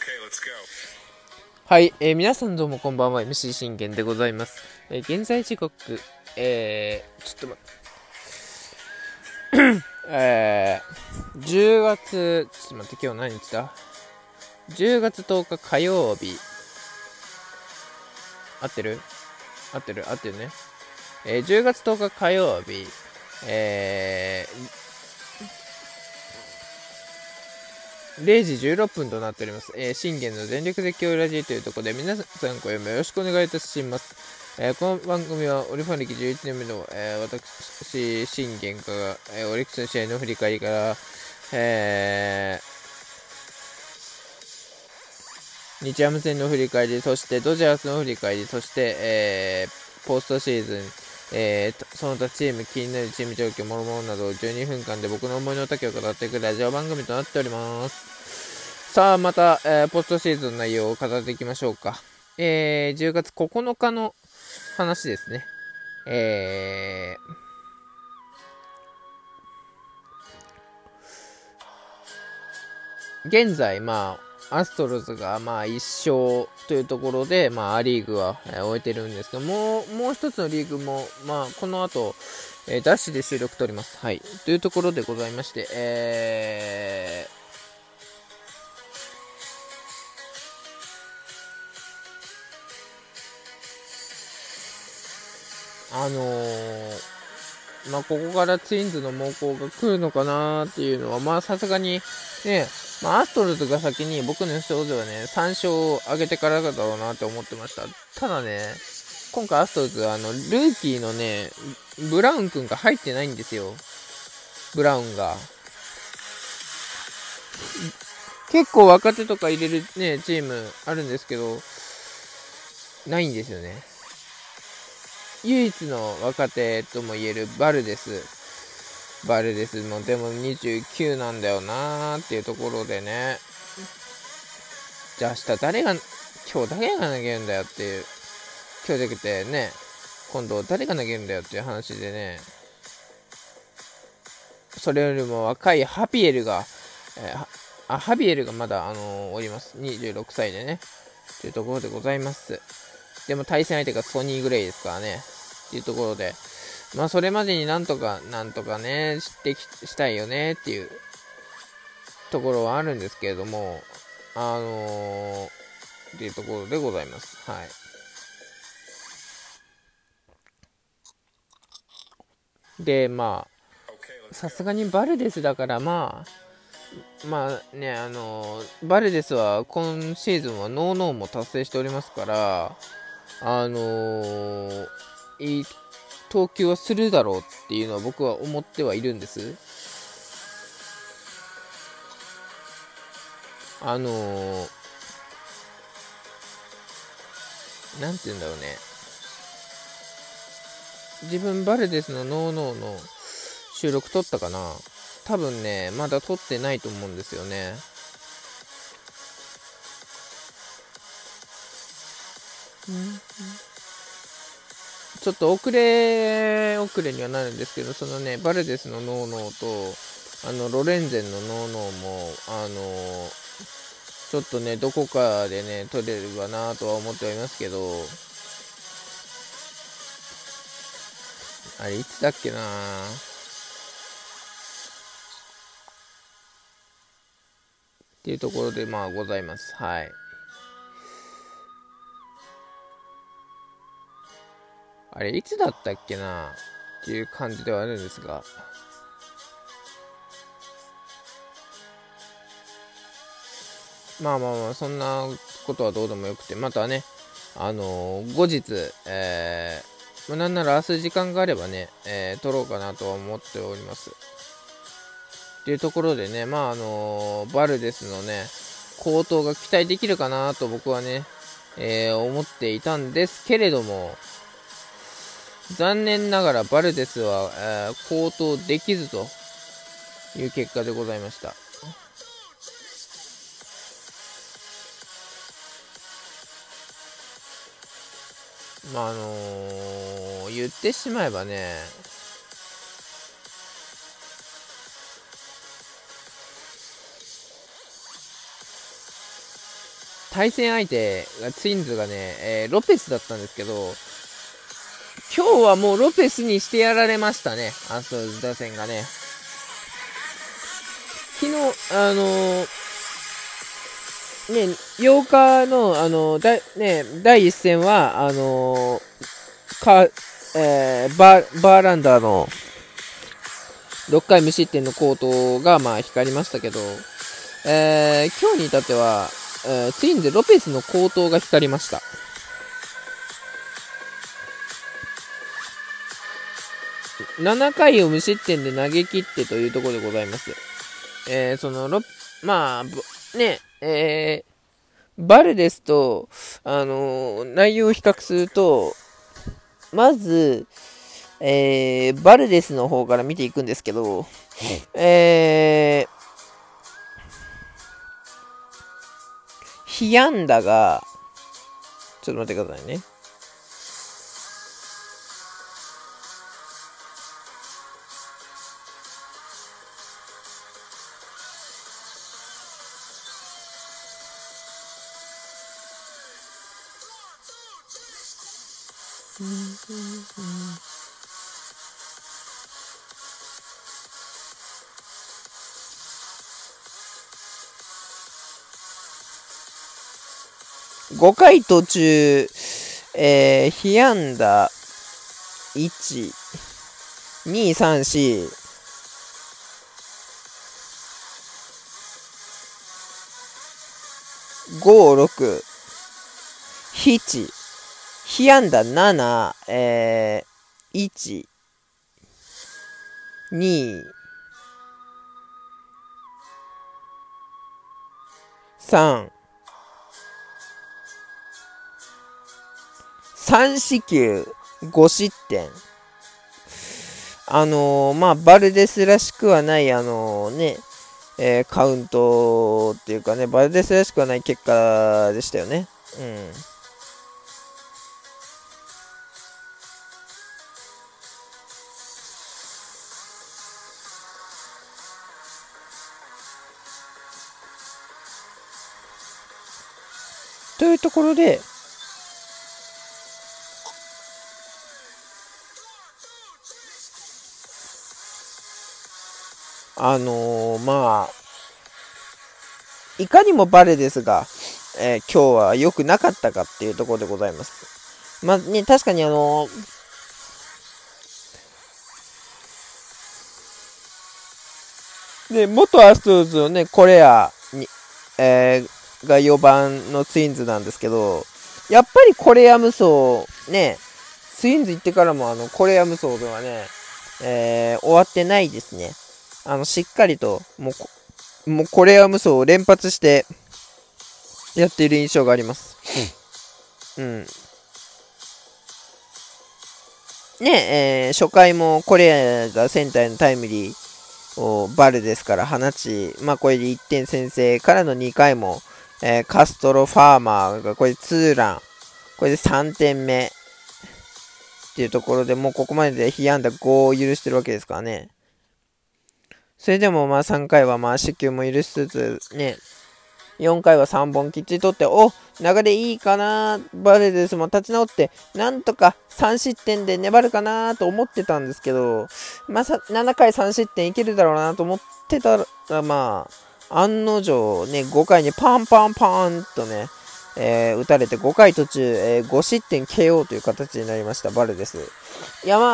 はい、皆さんどうもこんばんは。 MC 信玄でございます。現在時刻、ちょっと待って10月、ちょっと待って、今日何日だ？ 10 月10日火曜日。合ってるね。10月10日火曜日、0時16分となっております。信玄の全力絶叫ラジオというところで皆さん今夜もよろしくお願いいたします。この番組はオリファン歴11年目の、私信玄が、オリックスの試合の振り返りから、日ハム戦の振り返り、そしてドジャースの振り返り、そして、ポストシーズン、その他チーム、気になるチーム状況、もろもろなど12分間で僕の思いの丈を語っていくラジオ番組となっております。さあ、また、ポストシーズンの内容を語っていきましょうか。10月9日の話ですね。現在、アストロズが1勝というところで、ア・リーグは、終えてるんですけどもう一つのリーグも、この後、ダッシュで収録取ります。はい。というところでございまして、ここからツインズの猛攻が来るのかなっていうのは、さすがにね、アストロズが先に僕の予想ではね、3勝を上げてからだろうなって思ってました。ただね、今回アストロズはルーキーのね、ブラウン君が入ってないんですよ。ブラウンが。結構若手とか入れるね、チームあるんですけど、ないんですよね。唯一の若手とも言えるバルデスもでも29なんだよなーっていうところでね、じゃあ今日誰が投げるんだよっていう、今日できてね、今度誰が投げるんだよっていう話でね、それよりも若いハビエルが、まだおります。26歳でねというところでございます。でも対戦相手がソニー・グレイですからねっていうところで、それまでになんとかねしたいよねっていうところはあるんですけれども、っていうところでございます。はい。で、さすがにバルデスだからバルデスは今シーズンはノーノーも達成しておりますから、いい投球はするだろうっていうのは僕は思ってはいるんです。なんて言うんだろうね。自分バルデスのノーノーの収録撮ったかな？多分ね、まだ撮ってないと思うんですよね。ちょっと遅れにはなるんですけど、そのね、バルデスのノーノーと、ロレンゼンのノーノーも、ちょっとね、どこかでね、取れればなとは思っておりますけど、あれ、いつだっけなっていうところで、ございます。はい。あれ、いつだったっけなっていう感じではあるんですが、そんなことはどうでもよくて、またね、後日、なんなら明日時間があればね、撮ろうかなとは思っております。っていうところでね、バルデスのね、好投が期待できるかなと僕はね、思っていたんですけれども、残念ながらバルデスは、好投できずという結果でございました。言ってしまえばね、 対戦相手がツインズがね、ロペスだったんですけど、今日はもうロペスにしてやられましたね、アストロズ打線がね。昨日、8日の、第1戦は、バーランダーの6回無失点の好投が、光りましたけど、今日に至っては、ツインズロペスの好投が光りました。7回を無失点で投げ切ってというところでございます。バルデスと、内容を比較すると、まず、バルデスの方から見ていくんですけど、被安打が、ちょっと待ってくださいね。5回途中、被安打1、2、3、4、5、6、7、被安打7、1、2、3、3四球、5失点。バルデスらしくはない、カウントっていうかね、バルデスらしくはない結果でしたよね。うん。というところで、いかにもバレですが、今日は良くなかったかっていうところでございます。確かに元アストロズのね、コレアに、が4番のツインズなんですけど、やっぱりコレア無双、ね、ツインズ行ってからもコレア無双ではね、終わってないですね。しっかりと、もうコレア無双を連発してやっている印象があります。うん。初回もコレアがセンターへのタイムリーをバルですから放ち、これで1点先制からの2回も、カストロ・ファーマーがこれで2ラン、これで3点目っていうところでもうここまでで被安打5を許してるわけですからね。それでも3回は四球も許しつつね、4回は3本きっちり取って、流れいいかな、バルデスも立ち直ってなんとか3失点で粘るかなと思ってたんですけど、7回3失点いけるだろうなと思ってたら、案の定ね、5回にパンパンパンとね、打たれて5回途中、5失点 KO という形になりましたバルデス。いや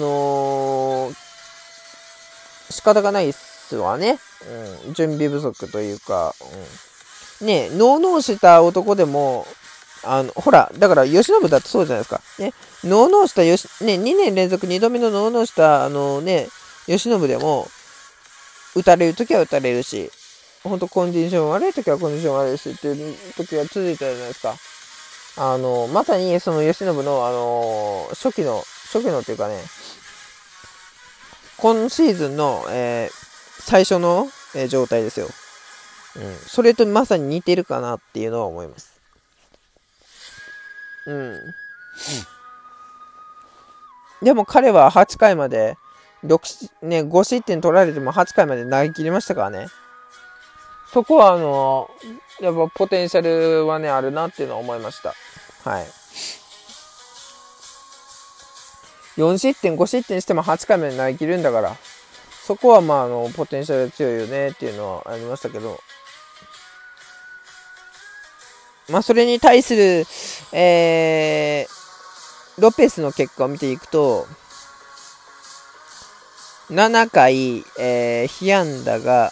仕方がないっすわね。準備不足というか、ノーした男でも、ほら、だから吉信だってそうじゃないですか。ね、ノーした2年連続2度目のノーした吉信でも、打たれるときは打たれるし、本当コンディション悪いときはコンディション悪いしっていうときは続いたじゃないですか。まさにその吉信の、初期のっていうかね、今シーズンの、最初の、状態ですよ。それとまさに似てるかなっていうのは思います。でも彼は8回まで5失点取られても8回まで投げ切りましたからね。 そこはやっぱポテンシャルはねあるなっていうのは思いました。はい。4失点5失点しても8回まで投げ切るんだから、そこはポテンシャル強いよねっていうのはありましたけど、それに対する、ロペスの結果を見ていくと、7回、被安打が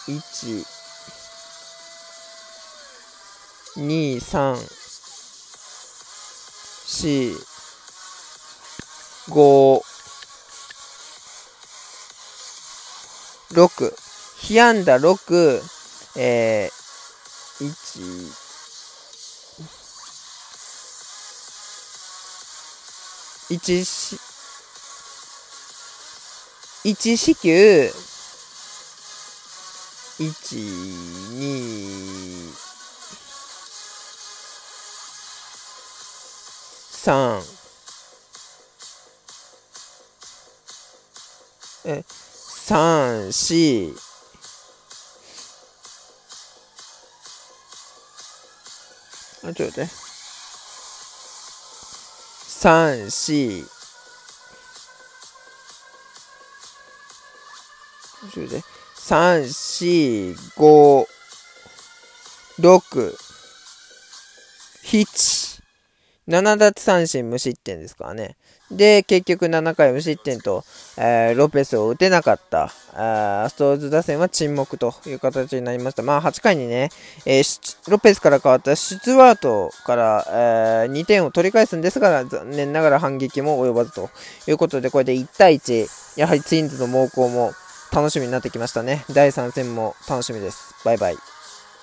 1、2、3、4、5、6、被安打6、1、1四球、1、2、3、3、4、ちょっと待って。3、4、3、4、5、6、7、7奪三振無失点ですからね。で、結局7回無失点と、ロペスを打てなかった、アストロズ打線は沈黙という形になりました。8回にね、ロペスから変わったシュツワートから、2点を取り返すんですが、残念ながら反撃も及ばずということで、これで1対1、やはりツインズの猛攻も楽しみになってきましたね。第3戦も楽しみです。バイバイ。